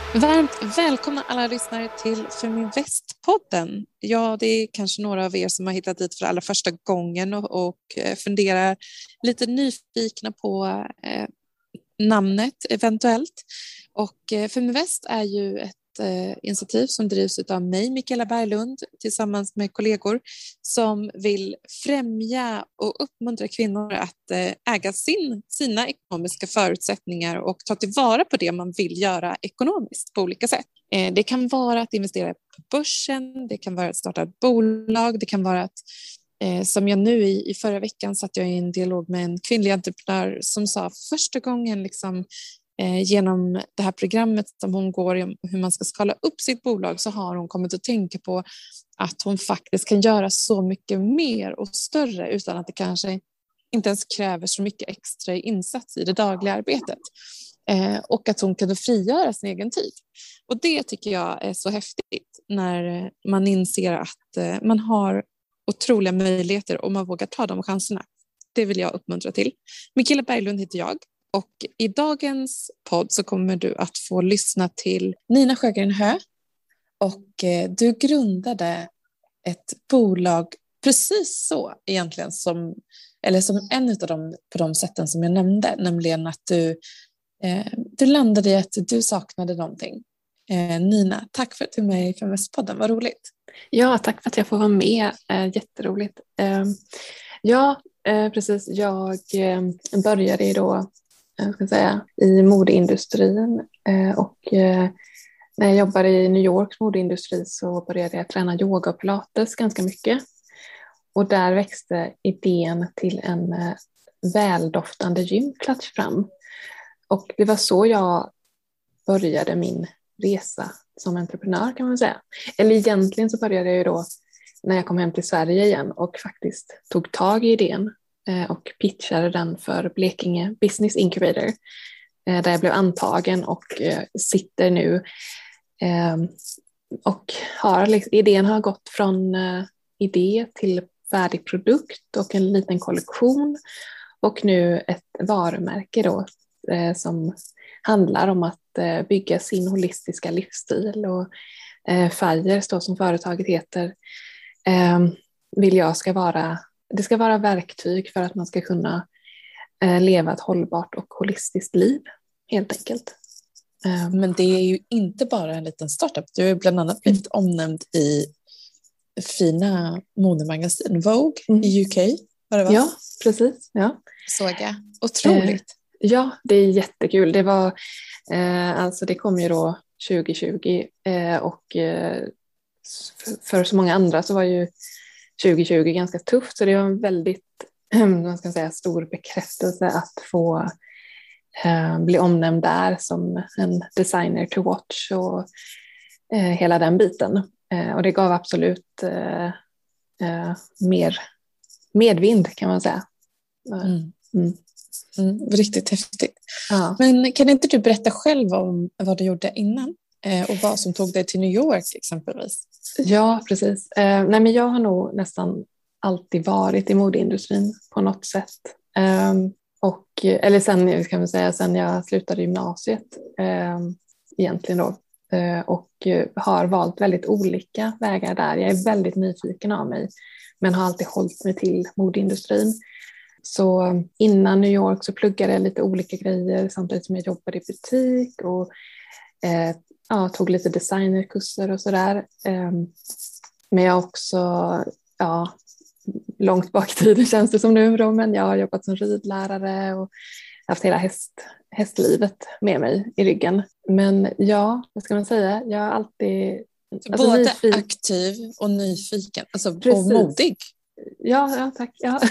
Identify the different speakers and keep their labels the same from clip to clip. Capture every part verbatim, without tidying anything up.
Speaker 1: Varmt välkomna alla lyssnare till Feminvest-podden. Ja, det är kanske några av er som har hittat dit för allra första gången och, och funderar lite nyfikna på eh, namnet eventuellt. Och eh, Feminvest är ju ett eh, initiativ som drivs av mig, Mikaela Berglund, tillsammans med kollegor som vill främja och uppmuntra kvinnor att eh, äga sin, sina ekonomiska förutsättningar och ta tillvara på det man vill göra ekonomiskt på olika sätt. Eh, det kan vara att investera på börsen, det kan vara att starta ett bolag, det kan vara att Eh, som jag nu i, i förra veckan satt jag i en dialog med en kvinnlig entreprenör som sa första gången liksom, eh, genom det här programmet som hon går i hur man ska skala upp sitt bolag, så har hon kommit att tänka på att hon faktiskt kan göra så mycket mer och större utan att det kanske inte ens kräver så mycket extra insats i det dagliga arbetet. Eh, och att hon kan frigöra sin egen tid. Och det tycker jag är så häftigt när man inser att eh, man har otroliga möjligheter om man vågar ta de chanserna. Det vill jag uppmuntra till. Mikaela Berglund heter jag och i dagens podd så kommer du att få lyssna till Nina Sjögren Hö, och du grundade ett bolag precis så egentligen som, eller som en av dem på de sätten som jag nämnde, nämligen att du, eh, du landade i att du saknade någonting. Eh, Nina, tack för att du är med i Feminvest-podden, vad roligt.
Speaker 2: Ja, tack för att jag får vara med. Eh, jätteroligt. Eh, ja, eh, precis. Jag eh, började ju då jag ska säga, i modeindustrin eh, och eh, när jag jobbade i New Yorks modeindustri så började jag träna yoga och pilates ganska mycket. Och där växte idén till en eh, väldoftande gymplats fram. Och det var så jag började min resa som entreprenör, kan man säga. Eller egentligen så började jag ju då när jag kom hem till Sverige igen och faktiskt tog tag i idén eh, och pitchade den för Blekinge Business Incubator eh, där jag blev antagen och eh, sitter nu eh, och har, idén har gått från eh, idé till färdig produkt och en liten kollektion och nu ett varumärke då eh, som handlar om att bygga sin holistiska livsstil, och eh, Fires då som företaget heter eh, vill jag ska vara det ska vara verktyg för att man ska kunna eh, leva ett hållbart och holistiskt liv helt enkelt.
Speaker 1: Eh. Men det är ju inte bara en liten startup, du är bland annat blivit mm. omnämnd i fina modemagasin Vogue mm. i U K, var det va?
Speaker 2: Ja, precis. Ja.
Speaker 1: Såg jag. Otroligt.
Speaker 2: Eh, ja, det är jättekul. Det var Eh, alltså det kom ju då tjugo tjugo eh, och eh, för så många andra så var ju tjugo tjugo ganska tufft, så det var en väldigt vad ska jag säga, stor bekräftelse att få eh, bli omnämnd där som en designer to watch och eh, hela den biten. Eh, och det gav absolut eh, eh, mer medvind, kan man säga.
Speaker 1: Mm. Mm. Mm, riktigt häftigt. Ja. Men kan inte du berätta själv om vad du gjorde innan eh, och vad som tog dig till New York exempelvis?
Speaker 2: Ja, precis. Eh, nej, men jag har nog nästan alltid varit i modeindustrin på något sätt. Eh, och, eller sen kan man säga sen jag slutade gymnasiet eh, egentligen då. Eh, och har valt väldigt olika vägar där. Jag är väldigt nyfiken av mig, men har alltid hållit mig till modeindustrin. Så innan New York så pluggade jag lite olika grejer samtidigt som jag jobbade i butik och eh, ja, tog lite designerkurser och sådär. Eh, men jag har också, ja, långt bak i tiden känns det som nu då, men jag har jobbat som ridlärare och haft hela häst, hästlivet med mig i ryggen. Men ja, vad ska man säga? Jag har alltid...
Speaker 1: Alltså, både nyfiken. Aktiv och nyfiken, alltså, och modig.
Speaker 2: Ja, ja, tack. Ja.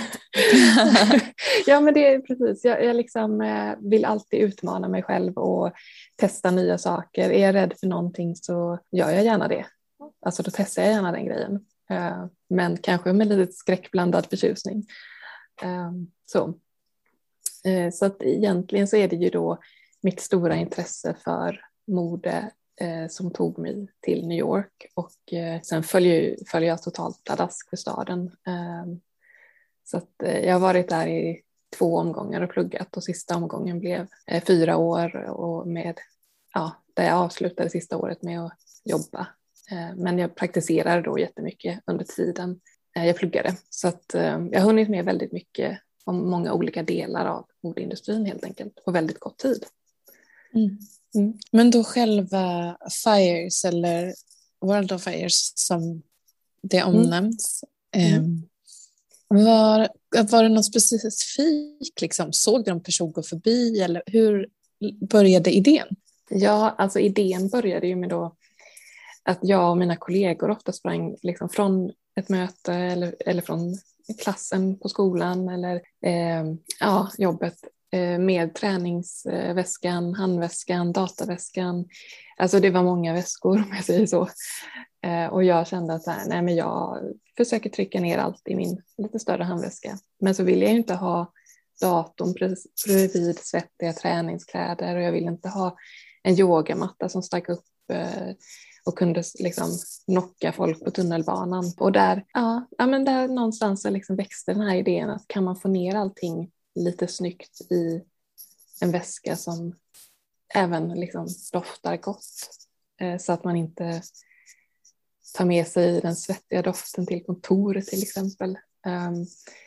Speaker 2: ja, men det är precis. Jag, jag liksom, eh, vill alltid utmana mig själv och testa nya saker. Är jag rädd för någonting så gör jag gärna det. Alltså då testar jag gärna den grejen. Eh, men kanske med lite skräckblandad förtjusning. Eh, så. Eh, så att egentligen så är det ju då mitt stora intresse för mode eh, som tog mig till New York, och eh, sen följer, följer jag totalt pladask för staden. Eh, så att eh, jag har varit där i två omgångar och pluggat, och sista omgången blev eh, fyra år och med ja, där jag avslutade sista året med att jobba. Men jag praktiserade då jättemycket under tiden jag pluggade. Så att jag har hunnit med väldigt mycket om många olika delar av modeindustrin helt enkelt på väldigt kort tid.
Speaker 1: Mm. Mm. Men då själva Fires eller World of Fires som det omnämns. Mm. Um, var, var det någon specifik liksom? Såg de person gå förbi eller hur började idén?
Speaker 2: Ja, alltså idén började ju med då att jag och mina kollegor ofta sprang liksom från ett möte eller, eller från klassen på skolan eller eh, ja, jobbet eh, med träningsväskan, handväskan, dataväskan. Alltså det var många väskor om jag säger så. Eh, och jag kände att så här, nej, men jag försöker trycka ner allt i min lite större handväska. Men så vill jag inte ha datorn bredvid svettiga träningskläder och jag vill inte ha en yogamatta som stack upp eh, och kunde liksom knocka folk på tunnelbanan. Och där, ja, ja, men där någonstans liksom växte den här idén att kan man få ner allting lite snyggt i en väska som även liksom doftar gott. Eh, så att man inte tar med sig den svettiga doften till kontoret till exempel. Um,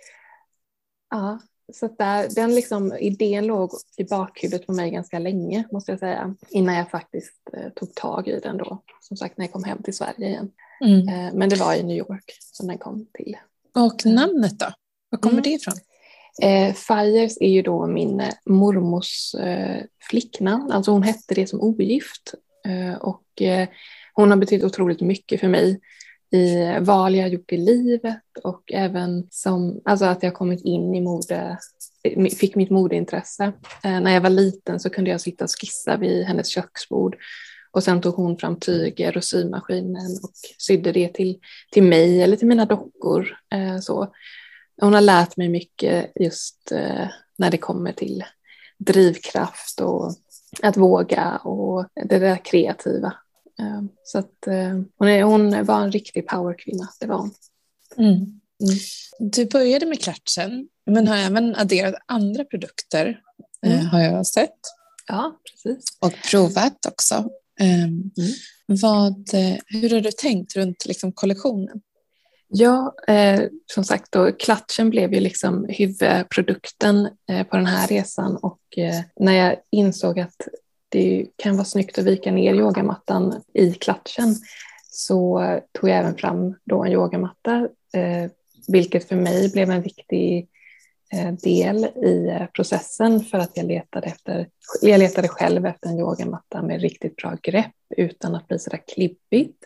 Speaker 2: ja, så att där, den liksom, idén låg i bakhuvudet på mig ganska länge måste jag säga. Innan jag faktiskt eh, tog tag i den då. Som sagt när jag kom hem till Sverige igen. Mm. Eh, men det var i New York som den kom till.
Speaker 1: Och namnet då? Var kommer mm. det ifrån?
Speaker 2: Eh, Fires är ju då min mormors eh, flicknamn. Alltså hon hette det som ogift. Eh, och eh, hon har betytt otroligt mycket för mig. I val jag gjort i livet och även som, alltså att jag kommit in i mode, fick mitt modeintresse. Eh, när jag var liten så kunde jag sitta och skissa vid hennes köksbord och sen tog hon fram tyger och symaskinen och sydde det till, till mig eller till mina dockor. Eh, så. Hon har lärt mig mycket just eh, när det kommer till drivkraft och att våga och det där kreativa. Så att hon, är, hon var en riktig powerkvinna, det var hon.
Speaker 1: Mm. Mm. Du började med klatschen men har även adderat andra produkter mm. eh, har jag sett.
Speaker 2: Ja, precis.
Speaker 1: Och provat också. Um, mm. vad, hur har du tänkt runt liksom, kollektionen?
Speaker 2: Ja, eh, som sagt då, klatschen blev ju liksom huvudprodukten eh, på den här resan och eh, när jag insåg att det kan vara snyggt att vika ner yogamattan i klatschen så tog jag även fram då en yogamatta eh, vilket för mig blev en viktig eh, del i processen för att jag letade efter jag letade själv efter en yogamatta med riktigt bra grepp utan att bli så där klibbigt.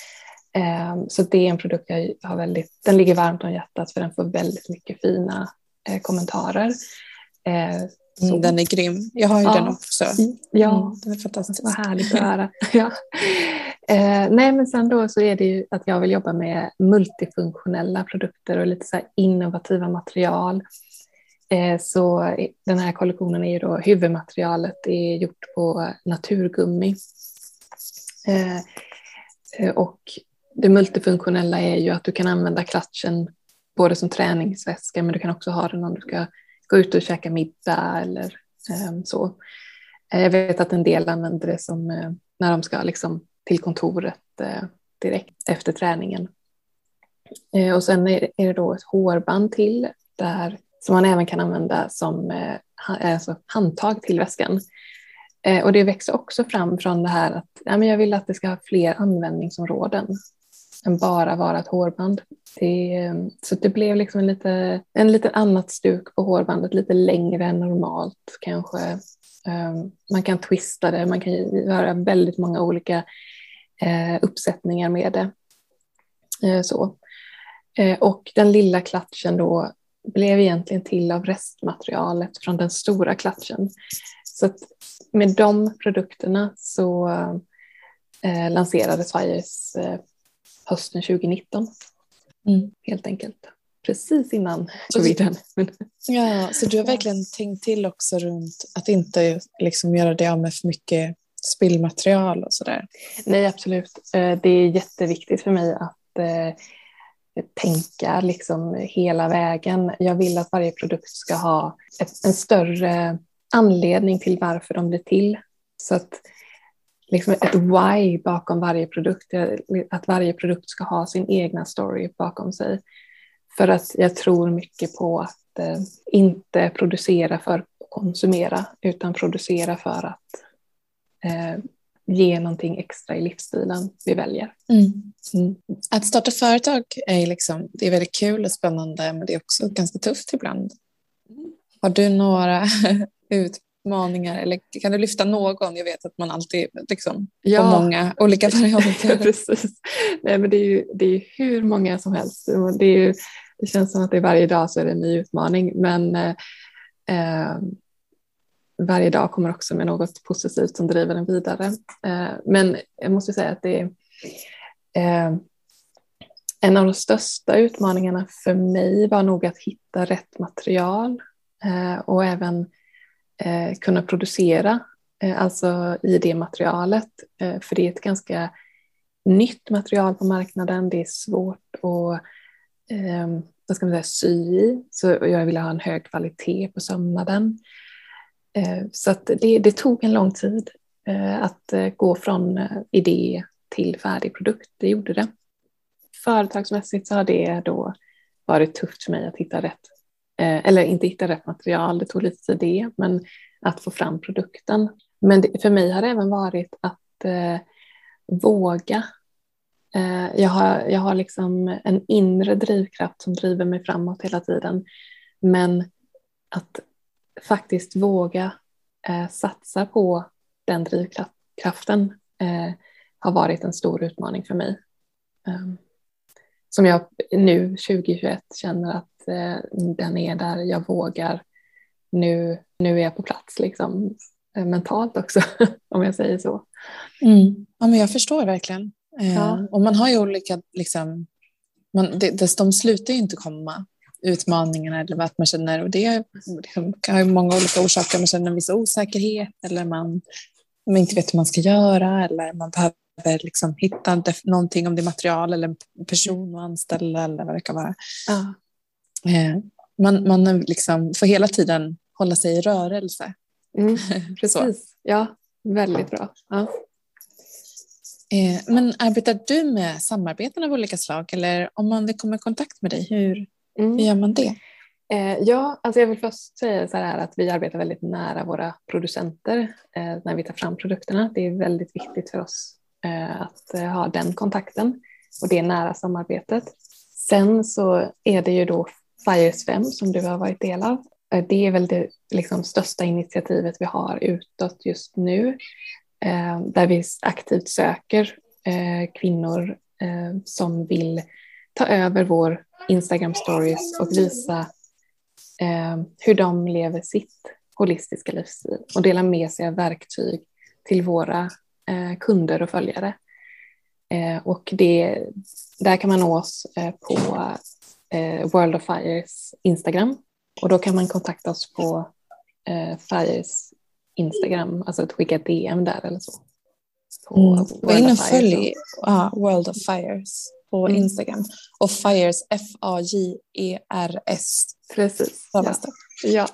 Speaker 2: Eh, så det är en produkt jag har väldigt, den ligger varmt om hjärtat för den får väldigt mycket fina eh, kommentarer. Eh,
Speaker 1: Mm, den är grym. Jag har ju
Speaker 2: ja,
Speaker 1: den också.
Speaker 2: Ja,
Speaker 1: mm, den är fantastisk.
Speaker 2: Vad härligt att höra. ja. eh, nej, men sen då så är det ju att jag vill jobba med multifunktionella produkter och lite så här innovativa material. Eh, så den här kollektionen är ju då huvudmaterialet är gjort på naturgummi. Eh, och det multifunktionella är ju att du kan använda klatschen både som träningsväska men du kan också ha den om du ska gå ut och käka middag eller eh, så. Eh, jag vet att en del använder det som eh, när de ska liksom, till kontoret eh, direkt efter träningen. Eh, och sen är, är det då ett hårband till där, som man även kan använda som eh, alltså handtag till väskan. Eh, och det växer också fram från det här att ja, men jag vill att det ska ha fler användningsområden än bara vara ett hårband. Det, så det blev liksom en lite, en lite annat stuk på hårbandet, lite längre än normalt kanske. Um, man kan twista det, man kan göra väldigt många olika uh, uppsättningar med det. Uh, så. Uh, och den lilla klatschen då blev egentligen till av restmaterialet från den stora klatschen. Så att med de produkterna så uh, lanserades Fires uh, hösten tjugonitton. Mm. Helt enkelt. Precis innan coviden.
Speaker 1: Ja, så du har verkligen tänkt till också runt att inte liksom göra det av med för mycket spillmaterial och sådär.
Speaker 2: Nej, absolut. Det är jätteviktigt för mig att eh, tänka liksom hela vägen. Jag vill att varje produkt ska ha ett, en större anledning till varför de blir till. Så att liksom ett why bakom varje produkt. Att varje produkt ska ha sin egna story bakom sig. För att jag tror mycket på att eh, inte producera för att konsumera, utan producera för att eh, ge någonting extra i livsstilen vi väljer.
Speaker 1: Mm. Mm. Att starta företag är, liksom, det är väldigt kul och spännande, men det är också ganska tufft ibland. Har du några utmaningar, eller kan du lyfta någon? Jag vet att man alltid liksom,
Speaker 2: ja.
Speaker 1: har många olika varianter.
Speaker 2: Precis. Nej, men det är ju det är hur många som helst. Det, är ju, det känns som att det är varje dag så är det en ny utmaning, men eh, varje dag kommer också med något positivt som driver den vidare. Eh, men jag måste säga att det är eh, en av de största utmaningarna för mig var nog att hitta rätt material eh, och även eh, kunna producera eh, alltså i det materialet. Eh, för det är ett ganska nytt material på marknaden. Det är svårt att eh, vad ska man säga, sy i. Så jag ville ha en hög kvalitet på sömnaden. Så att det, det tog en lång tid att gå från idé till färdig produkt. Det gjorde det. Företagsmässigt så har det då varit tufft för mig att hitta rätt, eller inte hitta rätt material. Det tog lite tid det, men att få fram produkten. Men det, för mig har det även varit att eh, våga. Eh, jag har, jag har liksom en inre drivkraft som driver mig framåt hela tiden. Men att faktiskt våga eh, satsa på den drivkraften eh, har varit en stor utmaning för mig. Um, som jag nu tjugohundratjugoett känner att eh, den är där jag vågar. Nu, nu är jag på plats liksom, eh, mentalt också, om jag säger så.
Speaker 1: Mm. Ja, men jag förstår verkligen. Eh,
Speaker 2: ja.
Speaker 1: Och man har ju olika, liksom, man, det, det, de slutar ju inte komma, utmaningarna eller vad man känner, och det kan ha många olika orsaker. Man känner en viss osäkerhet, eller man, man inte vet hur man ska göra, eller man behöver liksom hitta någonting om det material eller en person att anställa eller vad det kan vara.
Speaker 2: Ja.
Speaker 1: Man, man liksom får hela tiden hålla sig i rörelse.
Speaker 2: Mm, precis, ja, väldigt bra. Ja.
Speaker 1: Men arbetar du med samarbeten av olika slag, eller om man vill komma i kontakt med dig, hur,
Speaker 2: Mm.
Speaker 1: hur gör man det?
Speaker 2: Eh, ja, alltså jag vill först säga så här att vi arbetar väldigt nära våra producenter eh, när vi tar fram produkterna. Det är väldigt viktigt för oss eh, att eh, ha den kontakten och det nära samarbetet. Sen så är det ju då Fires fem som du har varit del av. Eh, det är väl det liksom, största initiativet vi har utåt just nu, eh, där vi aktivt söker eh, kvinnor eh, som vill ta över vår Instagram stories och visa eh, hur de lever sitt holistiska livsstil och dela med sig av verktyg till våra eh, kunder och följare. Eh, och det, där kan man nå oss eh, på eh, World of Fires Instagram, och då kan man kontakta oss på eh, Fires Instagram, alltså att skicka ett D M där eller så.
Speaker 1: Mm. Gå in och följ uh, World of Fires på mm. Instagram. Och Fires, F A J E R S.
Speaker 2: Precis. Ja. ja.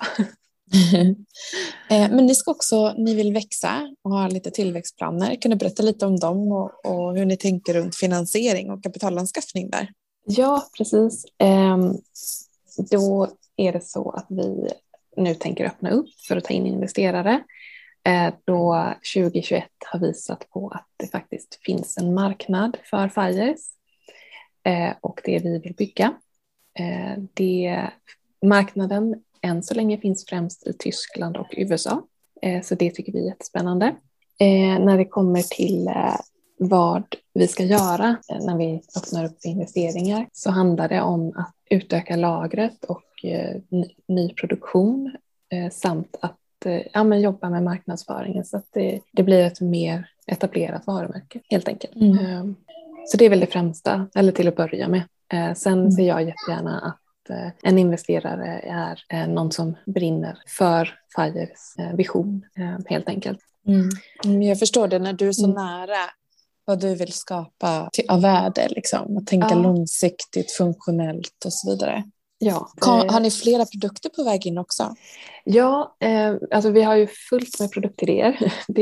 Speaker 1: Men ni ska också, ni vill växa och ha lite tillväxtplaner. Kan du berätta lite om dem och, och hur ni tänker runt finansiering och kapitalanskaffning där?
Speaker 2: Ja, precis. Ehm, då är det så att vi nu tänker öppna upp för att ta in investerare. Ehm, då tjugohundratjugoett har visat på att det faktiskt finns en marknad för Fires. Ehm, och det vi vill bygga. Ehm, det, marknaden än så länge finns främst i Tyskland och U S A. Eh, så det tycker vi är jättespännande. Eh, när det kommer till eh, vad vi ska göra eh, när vi öppnar upp för investeringar, så handlar det om att utöka lagret och eh, ny, ny produktion eh, samt att eh, ja, men jobba med marknadsföringen så att det, det blir ett mer etablerat varumärke helt enkelt. Mm. Eh, så det är väl det främsta, eller till att börja med. Eh, sen mm. ser jag jättegärna att en investerare är någon som brinner för Fires vision helt enkelt.
Speaker 1: Mm. Jag förstår det, när du är så mm. nära vad du vill skapa till, av värde, liksom. Att tänka ja. långsiktigt, funktionellt och så vidare.
Speaker 2: Ja.
Speaker 1: Har, har ni flera produkter på väg in också?
Speaker 2: Ja, eh, alltså vi har ju fullt med produktidéer. Det,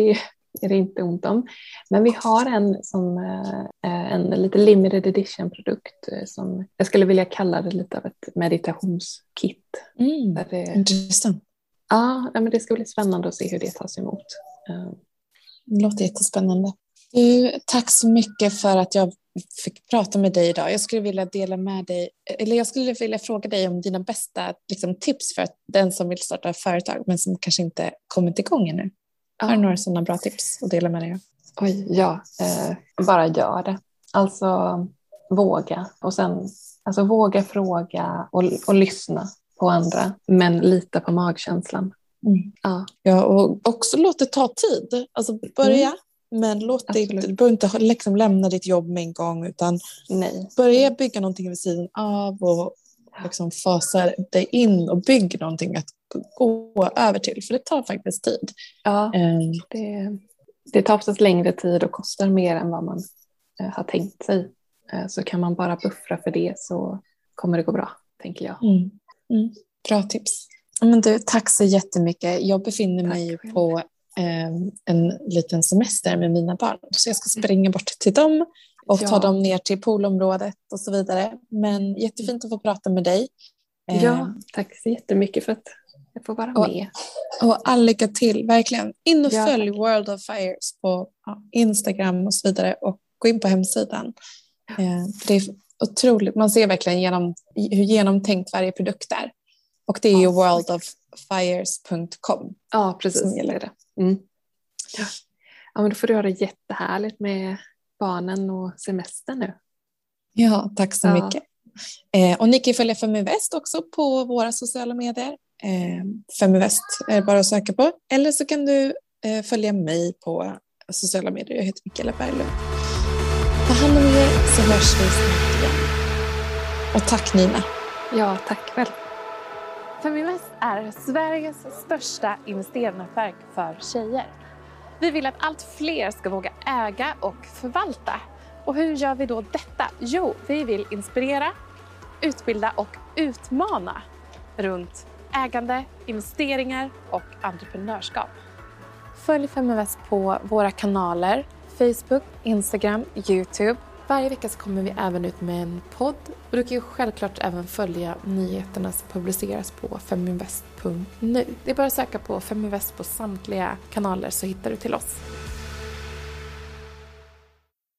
Speaker 2: är det inte ont om. Men vi har en, som, eh, en lite limited edition-produkt eh, som jag skulle vilja kalla det lite av ett meditationskit.
Speaker 1: Mm,
Speaker 2: där det,
Speaker 1: intressant.
Speaker 2: Ja, men det ska bli spännande att se hur det tas emot. Eh,
Speaker 1: Det låter jättespännande. Du, tack så mycket för att jag fick prata med dig idag. Jag skulle vilja dela med dig, eller jag skulle vilja fråga dig om dina bästa liksom, tips för att den som vill starta företag men som kanske inte kommit igång ännu.
Speaker 2: Ja.
Speaker 1: Har du några sådana bra tips att dela med dig?
Speaker 2: Oj, ja. Eh, bara gör det. Alltså våga. Och sen alltså, våga fråga och, och lyssna på andra. Men lita på magkänslan.
Speaker 1: Mm.
Speaker 2: Ja.
Speaker 1: Ja, och också låt det ta tid. Alltså börja, mm. men låt det, du behöver inte liksom lämna ditt jobb med en gång, utan
Speaker 2: Nej.
Speaker 1: börja bygga någonting vid sidan av och liksom fasa dig in och bygga någonting att gå över till, för det tar faktiskt tid.
Speaker 2: Ja,
Speaker 1: um,
Speaker 2: det, det tar oftast längre tid och kostar mer än vad man uh, har tänkt sig. Uh, så kan man bara buffra för det så kommer det gå bra, tänker jag.
Speaker 1: Mm. Mm. Bra tips. Men du, tack så jättemycket. Jag befinner mig
Speaker 2: tack.
Speaker 1: på eh, en liten semester med mina barn, så jag ska springa bort till dem och ja. ta dem ner till poolområdet och så vidare. Men jättefint att få prata med dig.
Speaker 2: Eh, ja, tack så jättemycket för att jag får vara
Speaker 1: och,
Speaker 2: med.
Speaker 1: Och all lycka till, verkligen. In och
Speaker 2: ja,
Speaker 1: följ
Speaker 2: tack.
Speaker 1: World of Fires på ja, Instagram och så vidare, och gå in på hemsidan. Ja. Eh, det är otroligt, man ser verkligen genom, hur genomtänkt varje produkt är. Och det är ju ja, world of fires punkt com.
Speaker 2: Ja, precis. Som gäller det. Mm. Ja. ja, men då får du ha det jättehärligt med barnen och semester nu.
Speaker 1: Ja, tack så
Speaker 2: ja.
Speaker 1: mycket. Eh, och ni kan följa Feminvest också på våra sociala medier. Eh, Feminvest är bara att söka på. Eller så kan du eh, följa mig på sociala medier. Jag heter Mikaela Berglund. Ta hand om er, så hörs vi snart igen. Och tack Nina.
Speaker 2: Ja, tack väl.
Speaker 3: Feminvest är Sveriges största investeringsnätverk för tjejer. Vi vill att allt fler ska våga äga och förvalta. Och hur gör vi då detta? Jo, vi vill inspirera, utbilda och utmana runt ägande, investeringar och entreprenörskap. Följ Feminvest på våra kanaler Facebook, Instagram, YouTube. Varje vecka så kommer vi även ut med en podd, och du kan ju självklart även följa nyheterna som publiceras på feminvest punkt nu. Det är bara att söka på Feminvest på samtliga kanaler så hittar du till oss.